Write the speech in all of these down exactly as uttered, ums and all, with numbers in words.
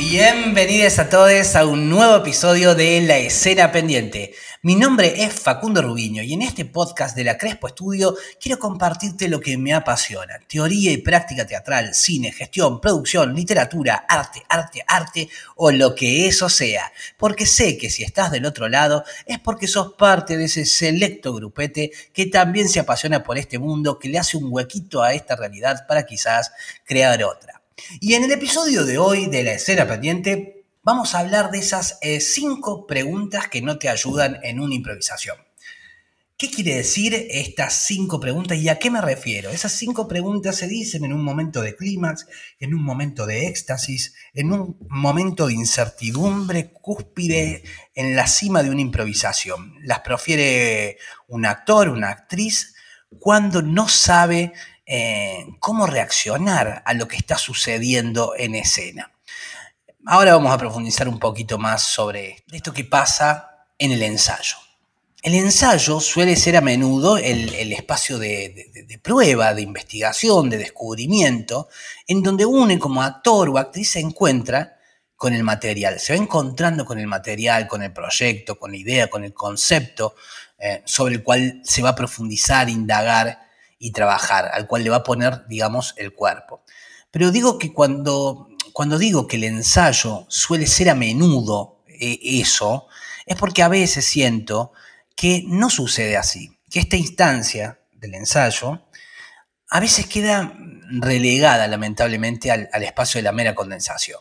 Bienvenidos a todos a un nuevo episodio de La Escena Pendiente. Mi nombre es Facundo Rubiño y en este podcast de la Crespo Estudio quiero compartirte lo que me apasiona: teoría y práctica teatral, cine, gestión, producción, literatura, arte, arte, arte o lo que eso sea. Porque sé que si estás del otro lado es porque sos parte de ese selecto grupete que también se apasiona por este mundo, que le hace un huequito a esta realidad para quizás crear otra. Y en el episodio de hoy de La Escena Pendiente vamos a hablar de esas eh, cinco preguntas que no te ayudan en una improvisación. ¿Qué quiere decir estas cinco preguntas y a qué me refiero? Esas cinco preguntas se dicen en un momento de clímax, en un momento de éxtasis, en un momento de incertidumbre cúspide en la cima de una improvisación. Las profiere un actor, una actriz, cuando no sabe Eh, cómo reaccionar a lo que está sucediendo en escena. Ahora vamos a profundizar un poquito más sobre esto que pasa en el ensayo. El ensayo suele ser a menudo el, el espacio de, de, de prueba, de investigación, de descubrimiento, en donde uno como actor o actriz se encuentra con el material, se va encontrando con el material, con el proyecto, con la idea, con el concepto eh, sobre el cual se va a profundizar, indagar y trabajar, al cual le va a poner, digamos, el cuerpo. Pero digo que cuando, cuando digo que el ensayo suele ser a menudo eh, eso, es porque a veces siento que no sucede así, que esta instancia del ensayo a veces queda relegada, lamentablemente, al, al espacio de la mera condensación,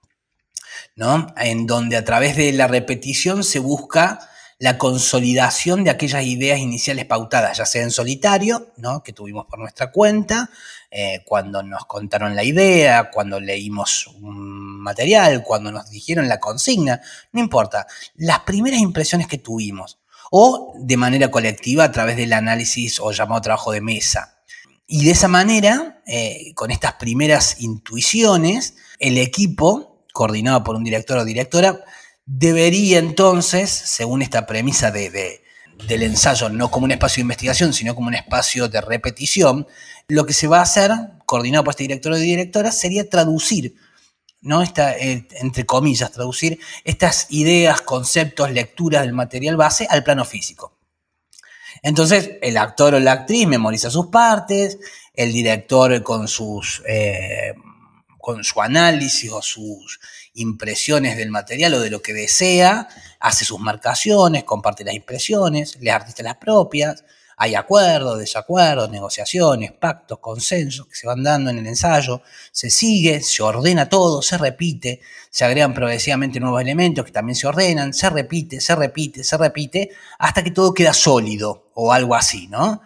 ¿no? En donde a través de la repetición se busca la consolidación de aquellas ideas iniciales pautadas, ya sea en solitario, ¿no?, que tuvimos por nuestra cuenta, eh, cuando nos contaron la idea, cuando leímos un material, cuando nos dijeron la consigna, no importa, las primeras impresiones que tuvimos, o de manera colectiva a través del análisis o llamado trabajo de mesa. Y de esa manera, eh, con estas primeras intuiciones, el equipo, coordinado por un director o directora, debería entonces, según esta premisa de, de, del ensayo, no como un espacio de investigación, sino como un espacio de repetición, lo que se va a hacer, coordinado por este director o directora, sería traducir, ¿no? Esta, eh, entre comillas, traducir estas ideas, conceptos, lecturas del material base al plano físico. Entonces, el actor o la actriz memoriza sus partes, el director con sus... Eh, con su análisis o sus impresiones del material o de lo que desea, hace sus marcaciones, comparte las impresiones, les artistas las propias, hay acuerdos, desacuerdos, negociaciones, pactos, consensos que se van dando en el ensayo, se sigue, se ordena todo, se repite, se agregan progresivamente nuevos elementos que también se ordenan, se repite, se repite, se repite, hasta que todo queda sólido o algo así, ¿no?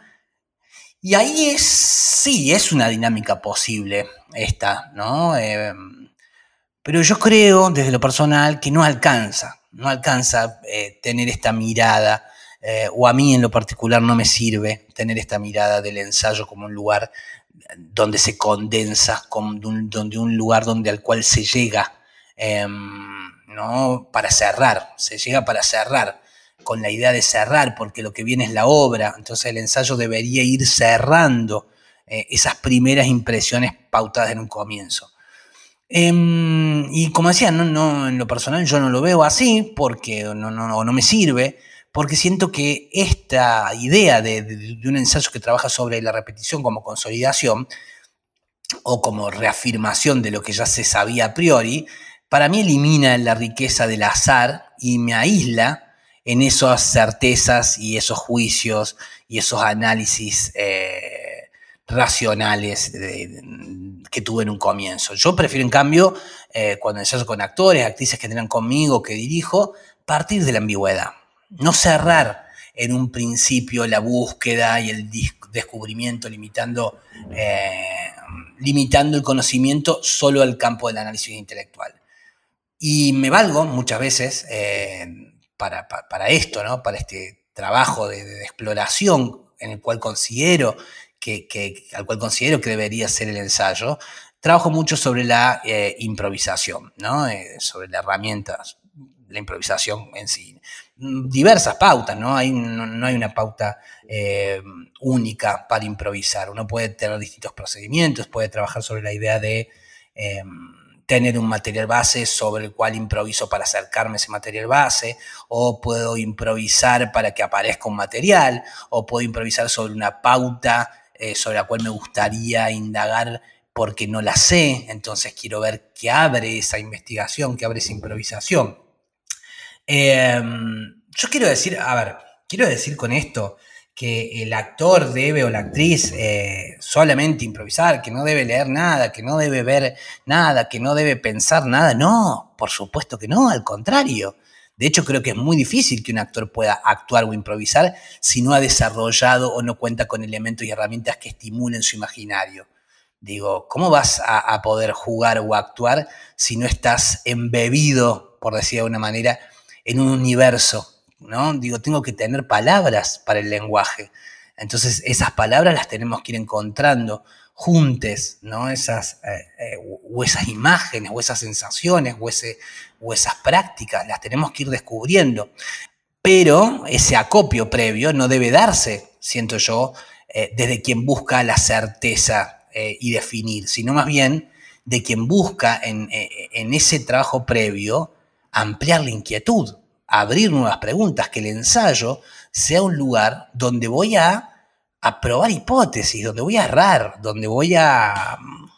Y ahí es, sí, es una dinámica posible esta, ¿no? Eh, pero yo creo, desde lo personal, que no alcanza, no alcanza eh, tener esta mirada, eh, o a mí en lo particular no me sirve tener esta mirada del ensayo como un lugar donde se condensa, como un, donde un lugar donde al cual se llega, eh, ¿no? Para cerrar, se llega para cerrar, con la idea de cerrar, porque lo que viene es la obra, entonces el ensayo debería ir cerrando eh, esas primeras impresiones pautadas en un comienzo. Eh, y como decía, no, no, en lo personal yo no lo veo así, porque no, no, no, no me sirve, porque siento que esta idea de, de, de un ensayo que trabaja sobre la repetición como consolidación, o como reafirmación de lo que ya se sabía a priori, para mí elimina la riqueza del azar y me aísla en esas certezas y esos juicios y esos análisis eh, racionales de, de, que tuve en un comienzo. Yo prefiero, en cambio, eh, cuando ensayo con actores, actrices que tengan conmigo, que dirijo, partir de la ambigüedad. No cerrar en un principio la búsqueda y el descubrimiento, limitando, eh, limitando el conocimiento solo al campo del análisis intelectual. Y me valgo muchas veces... Eh, Para, para, para esto, ¿no? Para este trabajo de, de exploración en el cual considero que, que, al cual considero que debería ser el ensayo, trabajo mucho sobre la eh, improvisación, ¿no? Eh, sobre la herramienta, la improvisación en sí. Diversas pautas, ¿no? Hay, no, no hay una pauta eh, única para improvisar. Uno puede tener distintos procedimientos, puede trabajar sobre la idea de... Eh, tener un material base sobre el cual improviso para acercarme a ese material base, o puedo improvisar para que aparezca un material, o puedo improvisar sobre una pauta eh, sobre la cual me gustaría indagar porque no la sé, entonces quiero ver qué abre esa investigación, qué abre esa improvisación. Eh, yo quiero decir, a ver, quiero decir con esto que el actor debe o la actriz eh, solamente improvisar, que no debe leer nada, que no debe ver nada, que no debe pensar nada. No, por supuesto que no, al contrario. De hecho, creo que es muy difícil que un actor pueda actuar o improvisar si no ha desarrollado o no cuenta con elementos y herramientas que estimulen su imaginario. Digo, ¿cómo vas a, a poder jugar o actuar si no estás embebido, por decir de alguna manera, en un universo, ¿no? Digo, tengo que tener palabras para el lenguaje. Entonces, esas palabras las tenemos que ir encontrando juntes, ¿no? Esas, eh, eh, o esas imágenes, o esas sensaciones, o, ese, o esas prácticas, las tenemos que ir descubriendo. Pero ese acopio previo no debe darse, siento yo, eh, desde quien busca la certeza eh, y definir, sino más bien de quien busca en, en ese trabajo previo ampliar la inquietud, abrir nuevas preguntas, que el ensayo sea un lugar donde voy a, a probar hipótesis, donde voy a errar, donde voy a,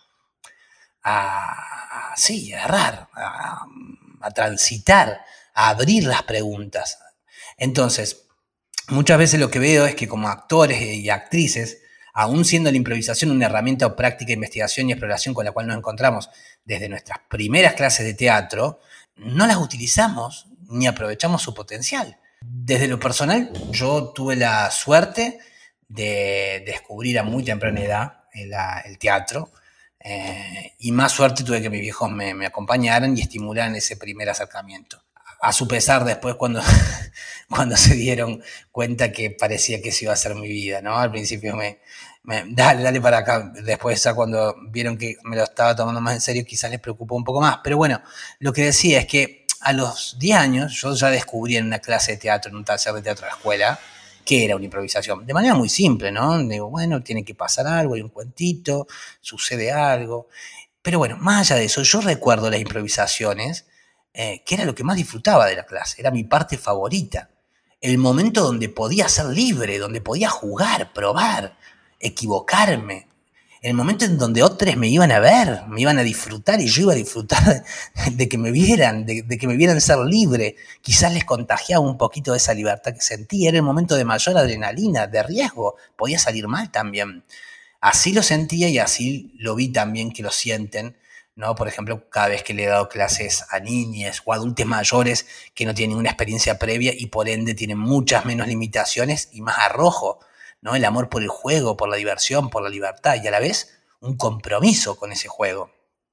a sí, a errar, a, a transitar, a abrir las preguntas. Entonces, muchas veces lo que veo es que como actores y actrices, aún siendo la improvisación una herramienta o práctica de investigación y exploración con la cual nos encontramos desde nuestras primeras clases de teatro, no las utilizamos ni aprovechamos su potencial. Desde lo personal, yo tuve la suerte de descubrir a muy temprana edad el, el teatro, eh, y más suerte tuve que mis viejos me, me acompañaran y estimularan ese primer acercamiento. A su pesar, después cuando, cuando se dieron cuenta que parecía que eso iba a ser mi vida, ¿no? Al principio me, me dale, dale para acá. Después ya cuando vieron que me lo estaba tomando más en serio, quizás les preocupó un poco más. Pero bueno, lo que decía es que a los diez años yo ya descubrí en una clase de teatro, en un taller de teatro de la escuela, que era una improvisación. De manera muy simple, ¿no? Digo, bueno, tiene que pasar algo, hay un cuentito, sucede algo. Pero bueno, más allá de eso, yo recuerdo las improvisaciones, Eh, que era lo que más disfrutaba de la clase, era mi parte favorita. El momento donde podía ser libre, donde podía jugar, probar, equivocarme. El momento en donde otros me iban a ver, me iban a disfrutar y yo iba a disfrutar de, de que me vieran, de, de que me vieran ser libre. Quizás les contagiaba un poquito de esa libertad que sentía. Era el momento de mayor adrenalina, de riesgo. Podía salir mal también. Así lo sentía y así lo vi también que lo sienten, ¿no? Por ejemplo, cada vez que le he dado clases a niñas o adultos mayores que no tienen ninguna experiencia previa y por ende tienen muchas menos limitaciones y más arrojo, ¿no? El amor por el juego, por la diversión, por la libertad y a la vez un compromiso con ese juego.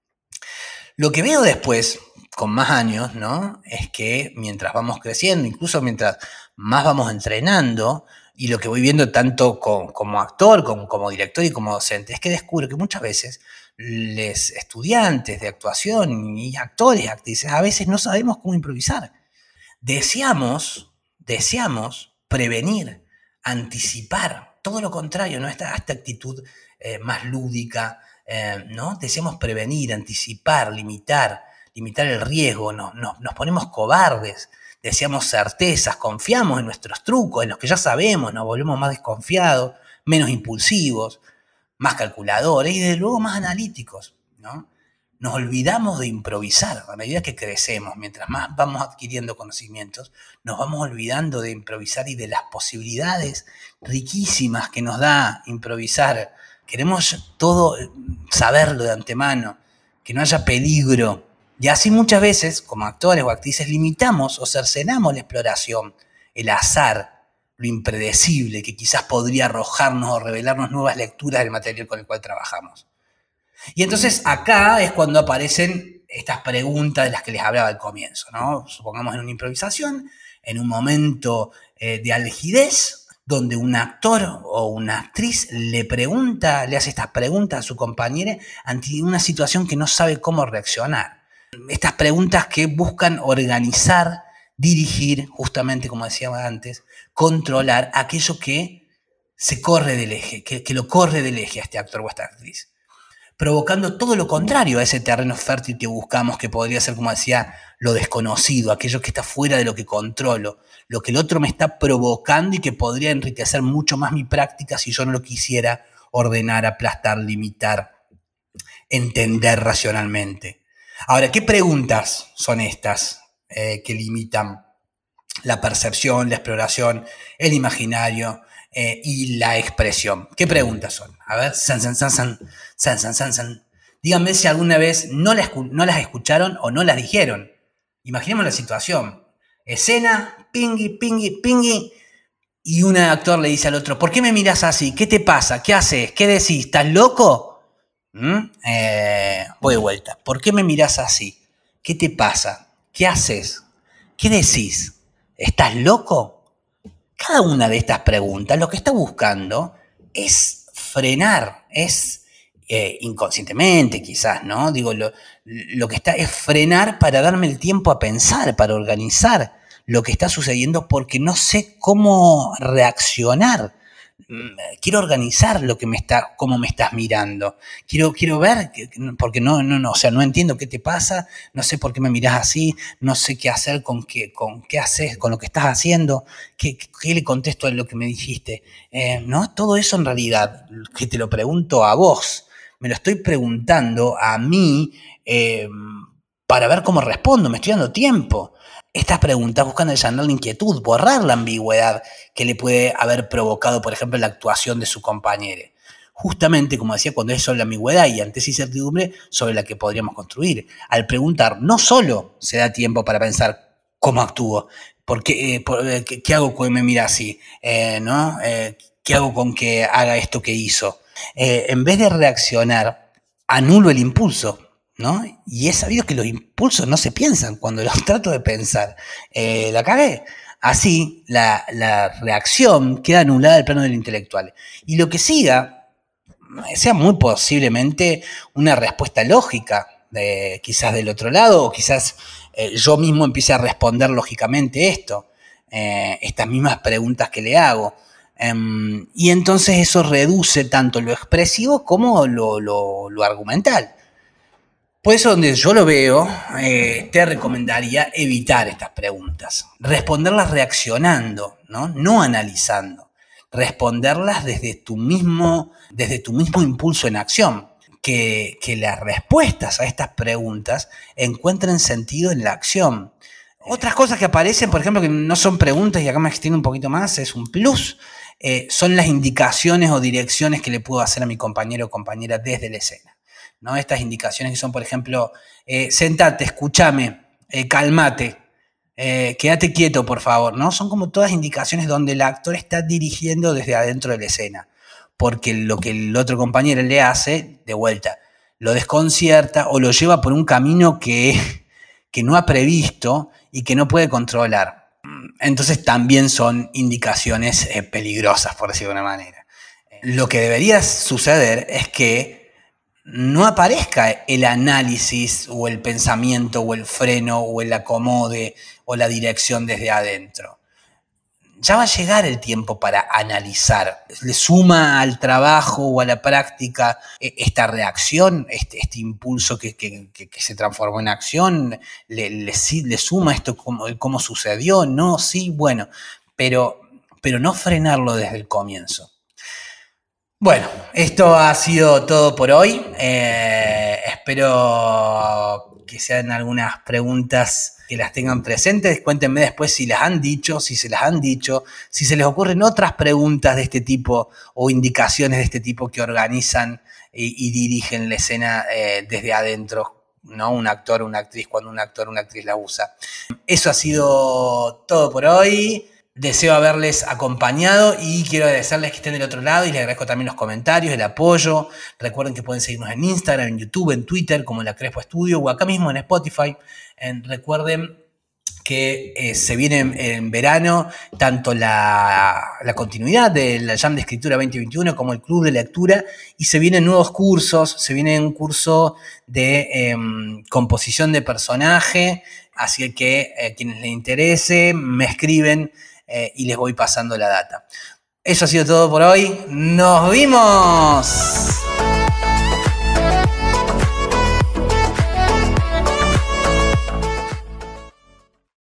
Lo que veo después, con más años, ¿no? Es que mientras vamos creciendo, incluso mientras más vamos entrenando, y lo que voy viendo tanto como, como actor, como, como director y como docente, es que descubro que muchas veces los estudiantes de actuación y actores, actrices, a veces no sabemos cómo improvisar. Deseamos, deseamos prevenir, anticipar, todo lo contrario, ¿no? Esta, esta actitud eh, más lúdica, eh, ¿no? Deseamos prevenir, anticipar, limitar, limitar el riesgo, no, no, nos ponemos cobardes, deseamos certezas, confiamos en nuestros trucos, en los que ya sabemos, nos volvemos más desconfiados, menos impulsivos, más calculadores y desde luego más analíticos, ¿no? Nos olvidamos de improvisar a medida que crecemos, mientras más vamos adquiriendo conocimientos, nos vamos olvidando de improvisar y de las posibilidades riquísimas que nos da improvisar. Queremos todo saberlo de antemano, que no haya peligro. Y así muchas veces, como actores o actrices, limitamos o cercenamos la exploración, el azar, lo impredecible que quizás podría arrojarnos o revelarnos nuevas lecturas del material con el cual trabajamos. Y entonces acá es cuando aparecen estas preguntas de las que les hablaba al comienzo, ¿no? Supongamos en una improvisación, en un momento eh, de algidez, donde un actor o una actriz le pregunta, le hace estas preguntas a su compañera ante una situación que no sabe cómo reaccionar. Estas preguntas que buscan organizar, dirigir, justamente como decía antes, controlar aquello que se corre del eje, que, que lo corre del eje a este actor o a esta actriz. provocando todo lo contrario a ese terreno fértil que buscamos, que podría ser, como decía, lo desconocido, aquello que está fuera de lo que controlo, lo que el otro me está provocando y que podría enriquecer mucho más mi práctica si yo no lo quisiera ordenar, aplastar, limitar, entender racionalmente. Ahora, ¿qué preguntas son estas eh, que limitan la percepción, la exploración, el imaginario eh, y la expresión? ¿Qué preguntas son? A ver, san, san, san, san, san, san, san, san. Díganme si alguna vez no las, no las escucharon o no las dijeron. Imaginemos la situación. Escena, pingui, pingui, pingui, y un actor le dice al otro, ¿por qué me miras así? ¿Qué te pasa? ¿Qué haces? ¿Qué decís? ¿Estás loco? ¿Mm? Eh, voy de vuelta. ¿Por qué me mirás así? ¿Qué te pasa? ¿Qué haces? ¿Qué decís? ¿Estás loco? Cada una de estas preguntas lo que está buscando es frenar, es eh, inconscientemente quizás, ¿no? Digo, lo, lo que está es frenar para darme el tiempo a pensar, para organizar lo que está sucediendo porque no sé cómo reaccionar. Quiero organizar lo que me está, cómo me estás mirando. Quiero, quiero ver, porque no, no, no, o sea, no entiendo qué te pasa, no sé por qué me mirás así, no sé qué hacer con qué, con qué haces, con lo que estás haciendo, qué, qué le contesto a lo que me dijiste. Eh, ¿no? Todo eso en realidad, que te lo pregunto a vos, me lo estoy preguntando a mí eh, para ver cómo respondo, me estoy dando tiempo. Estas preguntas buscan allanar la inquietud, borrar la ambigüedad que le puede haber provocado, por ejemplo, la actuación de su compañero. Justamente, como decía, cuando es sobre la ambigüedad y ante esa incertidumbre sobre la que podríamos construir. Al preguntar, no solo se da tiempo para pensar cómo actúo, por qué, eh, por, eh, qué, qué hago cuando me mira así, eh, ¿no? Eh, qué hago con que haga esto que hizo. Eh, en vez de reaccionar, anulo el impulso. ¿No? Y es sabido que los impulsos no se piensan. Cuando los trato de pensar, eh, la cagué. Así, la, la reacción queda anulada del plano del intelectual. Y lo que siga sea muy posiblemente una respuesta lógica, de, quizás del otro lado, o quizás eh, yo mismo empiece a responder lógicamente esto, eh, estas mismas preguntas que le hago. Um, y entonces eso reduce tanto lo expresivo como lo, lo, lo argumental. Por eso donde yo lo veo, eh, te recomendaría evitar estas preguntas, responderlas reaccionando, ¿no? No analizando, responderlas desde tu mismo, desde tu mismo impulso en acción, que, que las respuestas a estas preguntas encuentren sentido en la acción. Otras cosas que aparecen, por ejemplo, que no son preguntas y acá me extiendo un poquito más, es un plus, eh, son las indicaciones o direcciones que le puedo hacer a mi compañero o compañera desde la escena. ¿No? Estas indicaciones que son, por ejemplo, eh, sentate, escúchame, eh, calmate, eh, quédate quieto, por favor, ¿no? Son como todas indicaciones donde el actor está dirigiendo desde adentro de la escena, porque lo que el otro compañero le hace, de vuelta, lo desconcierta o lo lleva por un camino que, que no ha previsto y que no puede controlar. Entonces también son indicaciones eh, peligrosas, por decirlo de una manera. Lo que debería suceder es que no aparezca el análisis o el pensamiento o el freno o el acomode o la dirección desde adentro. Ya va a llegar el tiempo para analizar. ¿Le suma al trabajo o a la práctica esta reacción, este, este impulso que, que, que, que se transformó en acción? ¿Le, le, le suma esto cómo, cómo sucedió? No, sí, bueno, pero, pero no frenarlo desde el comienzo. Bueno, esto ha sido todo por hoy. Eh, espero que sean algunas preguntas que las tengan presentes. Cuéntenme después si las han dicho, si se las han dicho, si se les ocurren otras preguntas de este tipo o indicaciones de este tipo que organizan y, y dirigen la escena eh, desde adentro, ¿no? Un actor o una actriz, cuando un actor o una actriz la usa. Eso ha sido todo por hoy. Deseo haberles acompañado y quiero agradecerles que estén del otro lado y les agradezco también los comentarios, el apoyo. Recuerden que pueden seguirnos en Instagram, en YouTube, en Twitter, como La Crespo Estudio o acá mismo en Spotify. Eh, recuerden que eh, se viene en, en verano tanto la, la continuidad del Jam de Escritura veinte veintiuno como el Club de Lectura y se vienen nuevos cursos, se viene un curso de eh, composición de personaje, así que eh, quienes les interese me escriben Eh, y les voy pasando la data. Eso ha sido todo por hoy. ¡Nos vimos!